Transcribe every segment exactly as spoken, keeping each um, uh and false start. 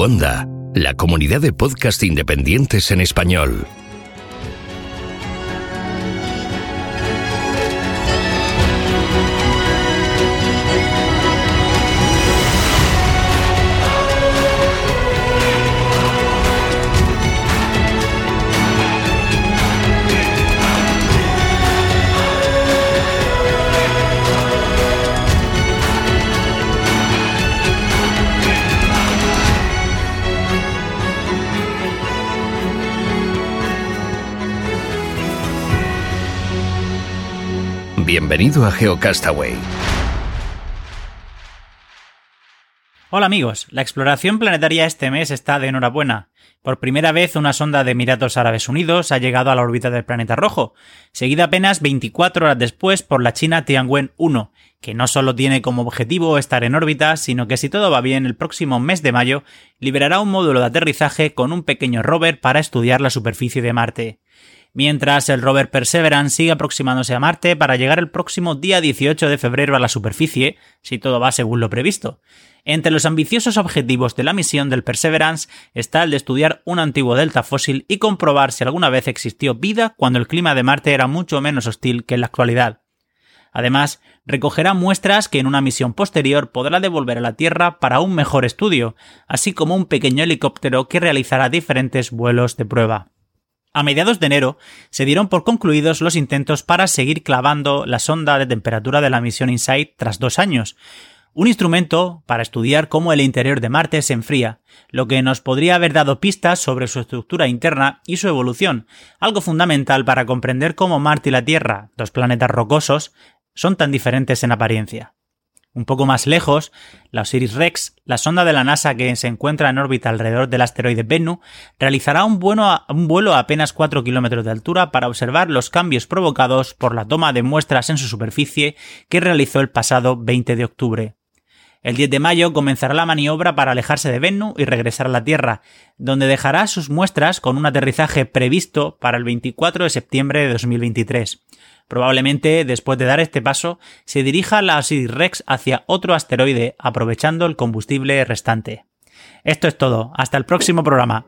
Onda, la comunidad de podcast independientes en español. Bienvenido a GeoCastaway. Hola amigos, la exploración planetaria este mes está de enhorabuena. Por primera vez una sonda de Emiratos Árabes Unidos ha llegado a la órbita del planeta rojo, seguida apenas veinticuatro horas después por la China Tianwen uno, que no solo tiene como objetivo estar en órbita, sino que si todo va bien el próximo mes de mayo liberará un módulo de aterrizaje con un pequeño rover para estudiar la superficie de Marte. Mientras el rover Perseverance sigue aproximándose a Marte para llegar el próximo día dieciocho de febrero a la superficie, si todo va según lo previsto. Entre los ambiciosos objetivos de la misión del Perseverance está el de estudiar un antiguo delta fósil y comprobar si alguna vez existió vida cuando el clima de Marte era mucho menos hostil que en la actualidad. Además, recogerá muestras que en una misión posterior podrá devolver a la Tierra para un mejor estudio, así como un pequeño helicóptero que realizará diferentes vuelos de prueba. A mediados de enero se dieron por concluidos los intentos para seguir clavando la sonda de temperatura de la misión InSight tras dos años, un instrumento para estudiar cómo el interior de Marte se enfría, lo que nos podría haber dado pistas sobre su estructura interna y su evolución, algo fundamental para comprender cómo Marte y la Tierra, dos planetas rocosos, son tan diferentes en apariencia. Un poco más lejos, la OSIRIS-REx, la sonda de la NASA que se encuentra en órbita alrededor del asteroide Bennu, realizará un, bueno a, un vuelo a apenas cuatro kilómetros de altura para observar los cambios provocados por la toma de muestras en su superficie que realizó el pasado veinte de octubre. El diez de mayo comenzará la maniobra para alejarse de Bennu y regresar a la Tierra, donde dejará sus muestras con un aterrizaje previsto para el veinticuatro de septiembre de dos mil veintitrés. Probablemente, después de dar este paso, se dirija la OSIRIS-REx hacia otro asteroide, aprovechando el combustible restante. Esto es todo. Hasta el próximo programa.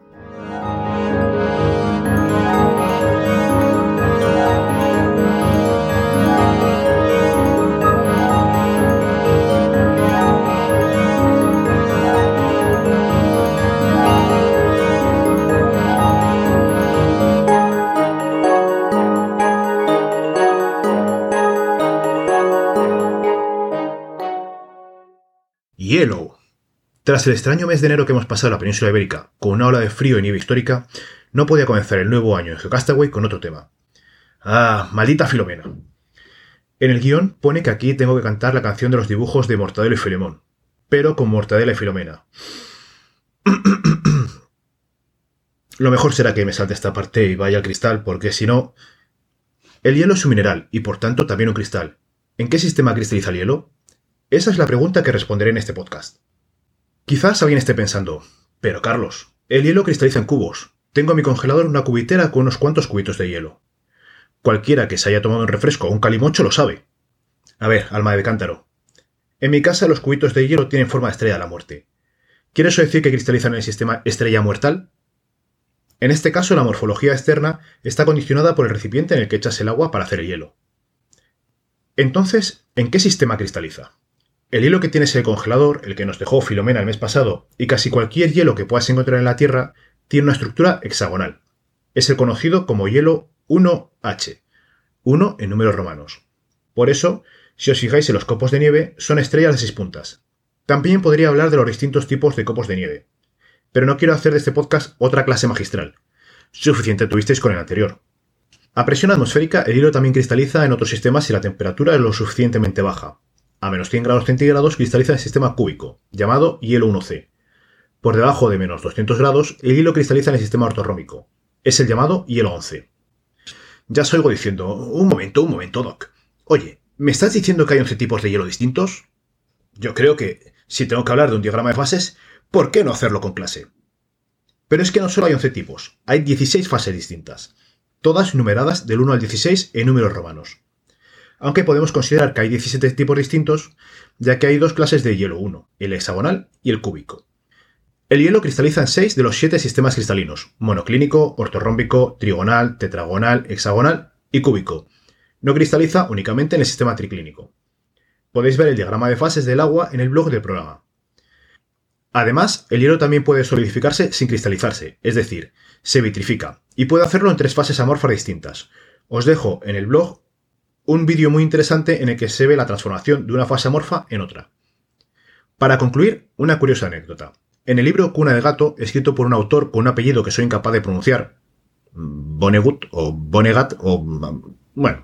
Hielo. Tras el extraño mes de enero que hemos pasado en la península ibérica, con una ola de frío y nieve histórica, no podía comenzar el nuevo año en GeoCastaway con otro tema. ¡Ah, maldita Filomena! En el guión pone que aquí tengo que cantar la canción de los dibujos de Mortadelo y Filemón, pero con Mortadela y Filomena. Lo mejor será que me salte esta parte y vaya al cristal, porque si no... El hielo es un mineral, y por tanto también un cristal. ¿En qué sistema cristaliza el hielo? Esa es la pregunta que responderé en este podcast. Quizás alguien esté pensando, pero Carlos, el hielo cristaliza en cubos. Tengo en mi congelador una cubitera con unos cuantos cubitos de hielo. Cualquiera que se haya tomado un refresco o un calimocho lo sabe. A ver, alma de cántaro. En mi casa los cubitos de hielo tienen forma de estrella de la muerte. ¿Quiere eso decir que cristalizan en el sistema estrella muertal? En este caso la morfología externa está condicionada por el recipiente en el que echas el agua para hacer el hielo. Entonces, ¿en qué sistema cristaliza? El hielo que tienes en el congelador, el que nos dejó Filomena el mes pasado, y casi cualquier hielo que puedas encontrar en la Tierra, tiene una estructura hexagonal. Es el conocido como hielo uno H, uno en números romanos. Por eso, si os fijáis en los copos de nieve, son estrellas de seis puntas. También podría hablar de los distintos tipos de copos de nieve. Pero no quiero hacer de este podcast otra clase magistral. Suficiente tuvisteis con el anterior. A presión atmosférica, el hielo también cristaliza en otros sistemas si la temperatura es lo suficientemente baja. A menos cien grados centígrados cristaliza en el sistema cúbico, llamado hielo uno C. Por debajo de menos doscientos grados, el hielo cristaliza en el sistema ortorrómico. Es el llamado hielo once. Ya os oigo diciendo, un momento, un momento, Doc. Oye, ¿me estás diciendo que hay once tipos de hielo distintos? Yo creo que, si tengo que hablar de un diagrama de fases, ¿por qué no hacerlo con clase? Pero es que no solo hay once tipos, hay dieciséis fases distintas, todas numeradas del uno al dieciséis en números romanos. Aunque podemos considerar que hay diecisiete tipos distintos, ya que hay dos clases de hielo uno, el hexagonal y el cúbico. El hielo cristaliza en seis de los siete sistemas cristalinos: monoclínico, ortorrómbico, trigonal, tetragonal, hexagonal y cúbico. No cristaliza únicamente en el sistema triclínico. Podéis ver el diagrama de fases del agua en el blog del programa. Además, el hielo también puede solidificarse sin cristalizarse, es decir, se vitrifica, y puede hacerlo en tres fases amorfas distintas. Os dejo en el blog un vídeo muy interesante en el que se ve la transformación de una fase amorfa en otra. Para concluir, una curiosa anécdota. En el libro Cuna de Gato, escrito por un autor con un apellido que soy incapaz de pronunciar, Vonnegut o Vonnegut o... bueno,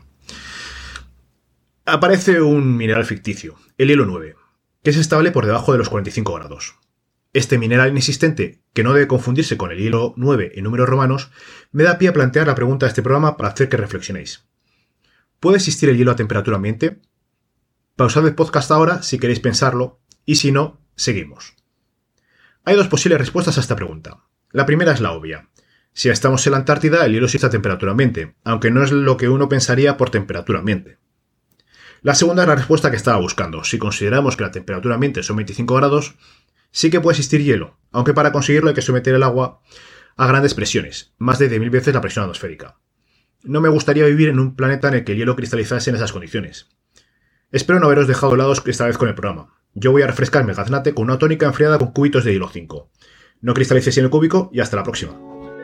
aparece un mineral ficticio, el hielo nueve, que es estable por debajo de los cuarenta y cinco grados. Este mineral inexistente, que no debe confundirse con el hielo nueve en números romanos, me da pie a plantear la pregunta de este programa para hacer que reflexionéis. ¿Puede existir el hielo a temperatura ambiente? Pausad el podcast ahora si queréis pensarlo, y si no, seguimos. Hay dos posibles respuestas a esta pregunta. La primera es la obvia. Si estamos en la Antártida, el hielo existe a temperatura ambiente, aunque no es lo que uno pensaría por temperatura ambiente. La segunda es la respuesta que estaba buscando. Si consideramos que la temperatura ambiente son veinticinco grados, sí que puede existir hielo, aunque para conseguirlo hay que someter el agua a grandes presiones, más de diez mil veces la presión atmosférica. No me gustaría vivir en un planeta en el que el hielo cristalizase en esas condiciones. Espero no haberos dejado helados esta vez con el programa. Yo voy a refrescarme el gaznate con una tónica enfriada con cubitos de hielo cinco. No cristalicéis en el cúbico y hasta la próxima.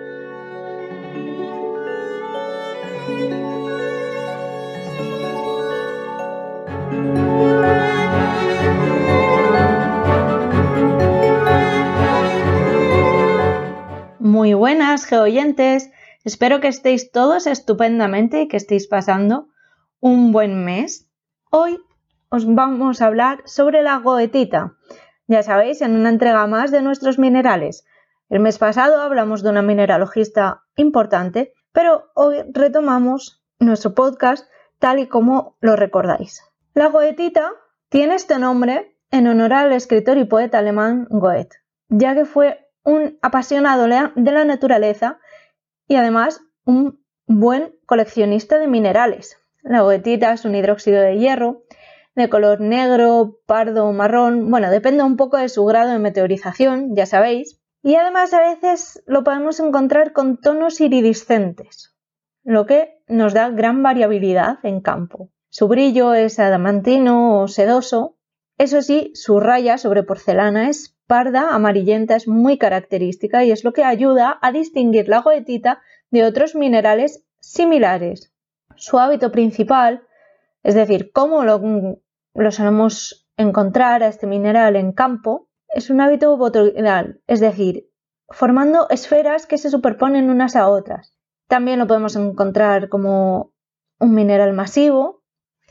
Muy buenas, geoyentes. Espero que estéis todos estupendamente y que estéis pasando un buen mes. Hoy os vamos a hablar sobre la goethita. Ya sabéis, en una entrega más de nuestros minerales. El mes pasado hablamos de una mineralogista importante, pero hoy retomamos nuestro podcast tal y como lo recordáis. La goethita tiene este nombre en honor al escritor y poeta alemán Goethe, ya que fue un apasionado de la naturaleza y además un buen coleccionista de minerales. La goethita es un hidróxido de hierro de color negro, pardo o marrón, bueno, depende un poco de su grado de meteorización, ya sabéis, y además a veces lo podemos encontrar con tonos iridiscentes, lo que nos da gran variabilidad en campo. Su brillo es adamantino o sedoso, eso sí, su raya sobre porcelana es parda, amarillenta, es muy característica y es lo que ayuda a distinguir la goethita de otros minerales similares. Su hábito principal, es decir, cómo lo, lo solemos encontrar a este mineral en campo, es un hábito botroidal, es decir, formando esferas que se superponen unas a otras. También lo podemos encontrar como un mineral masivo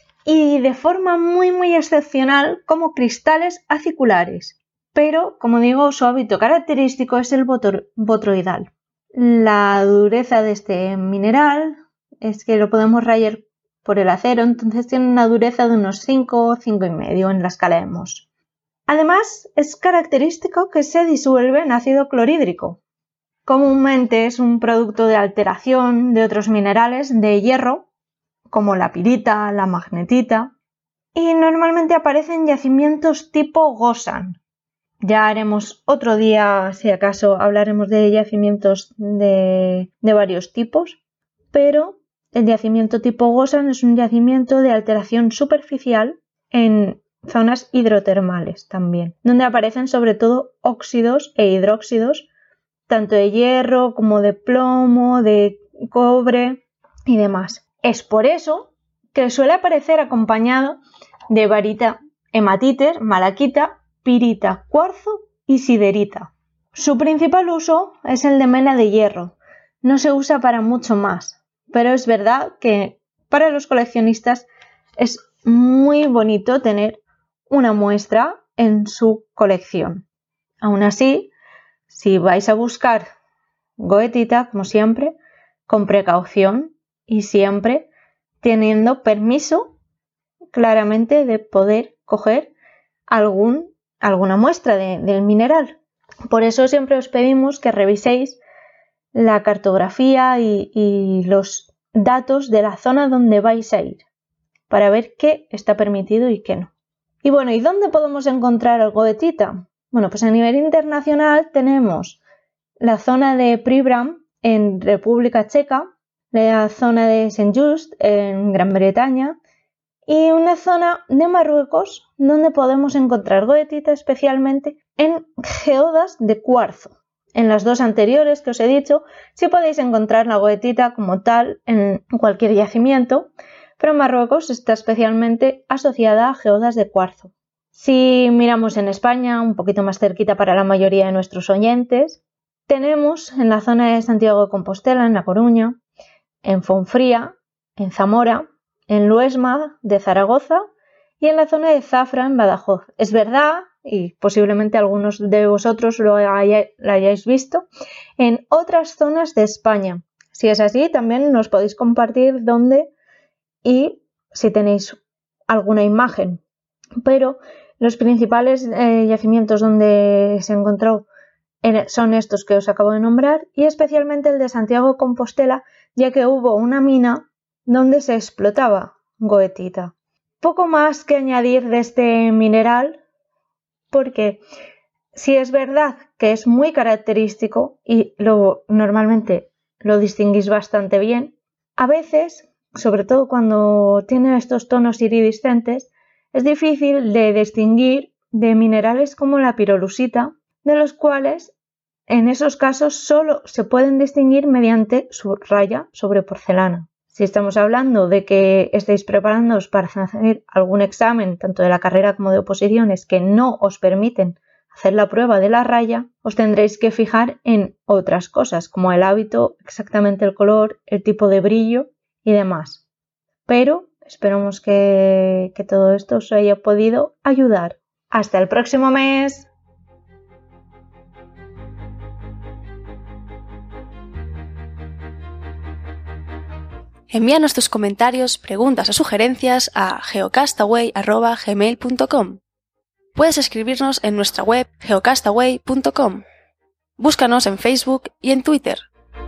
y de forma muy muy excepcional como cristales aciculares. Pero, como digo, su hábito característico es el botroidal. La dureza de este mineral es que lo podemos rayar por el acero, entonces tiene una dureza de unos cinco, cinco y medio en la escala de Mohs. Además, es característico que se disuelve en ácido clorhídrico. Comúnmente es un producto de alteración de otros minerales de hierro, como la pirita, la magnetita, y normalmente aparece en yacimientos tipo Gosan. Ya haremos otro día, si acaso, hablaremos de yacimientos de, de varios tipos, pero el yacimiento tipo Gosan es un yacimiento de alteración superficial en zonas hidrotermales también, donde aparecen sobre todo óxidos e hidróxidos, tanto de hierro como de plomo, de cobre y demás. Es por eso que suele aparecer acompañado de varita, hematites, malaquita, pirita, cuarzo y siderita. Su principal uso es el de mena de hierro. No se usa para mucho más, pero es verdad que para los coleccionistas es muy bonito tener una muestra en su colección. Aún así, si vais a buscar goethita, como siempre, con precaución y siempre teniendo permiso claramente de poder coger algún alguna muestra de, del mineral. Por eso siempre os pedimos que reviséis la cartografía y, y los datos de la zona donde vais a ir para ver qué está permitido y qué no. Y bueno, ¿y dónde podemos encontrar el goethita? Bueno, pues a nivel internacional tenemos la zona de Pribram en República Checa, la zona de Saint-Just en Gran Bretaña y una zona de Marruecos donde podemos encontrar goetita especialmente en geodas de cuarzo. En las dos anteriores que os he dicho, sí podéis encontrar la goetita como tal en cualquier yacimiento, pero en Marruecos está especialmente asociada a geodas de cuarzo. Si miramos en España, un poquito más cerquita para la mayoría de nuestros oyentes, tenemos en la zona de Santiago de Compostela, en La Coruña, en Fonfría, en Zamora, en Luesma de Zaragoza y en la zona de Zafra, en Badajoz. Es verdad, y posiblemente algunos de vosotros lo, haya, lo hayáis visto, en otras zonas de España. Si es así, también nos podéis compartir dónde y si tenéis alguna imagen. Pero los principales eh, yacimientos donde se encontró son estos que os acabo de nombrar y especialmente el de Santiago de Compostela, ya que hubo una mina donde se explotaba goetita. Poco más que añadir de este mineral, porque si es verdad que es muy característico y lo, normalmente lo distinguís bastante bien, a veces, sobre todo cuando tiene estos tonos iridiscentes, es difícil de distinguir de minerales como la pirolusita, de los cuales en esos casos solo se pueden distinguir mediante su raya sobre porcelana. Si estamos hablando de que estéis preparándoos para hacer algún examen, tanto de la carrera como de oposiciones, que no os permiten hacer la prueba de la raya, os tendréis que fijar en otras cosas, como el hábito, exactamente el color, el tipo de brillo y demás. Pero esperamos que, que todo esto os haya podido ayudar. ¡Hasta el próximo mes! Envíanos tus comentarios, preguntas o sugerencias a geocastaway arroba gmail punto com. Puedes escribirnos en nuestra web geocastaway punto com. Búscanos en Facebook y en Twitter.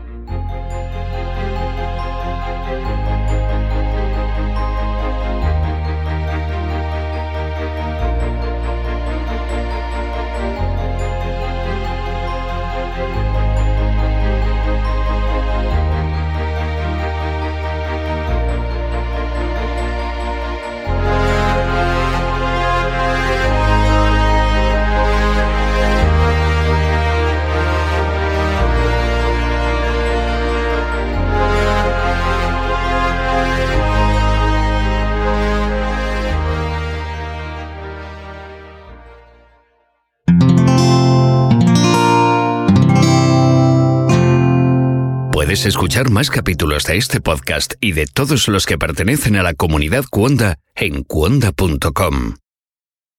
Puedes escuchar más capítulos de este podcast y de todos los que pertenecen a la comunidad Cuonda en cuonda punto com.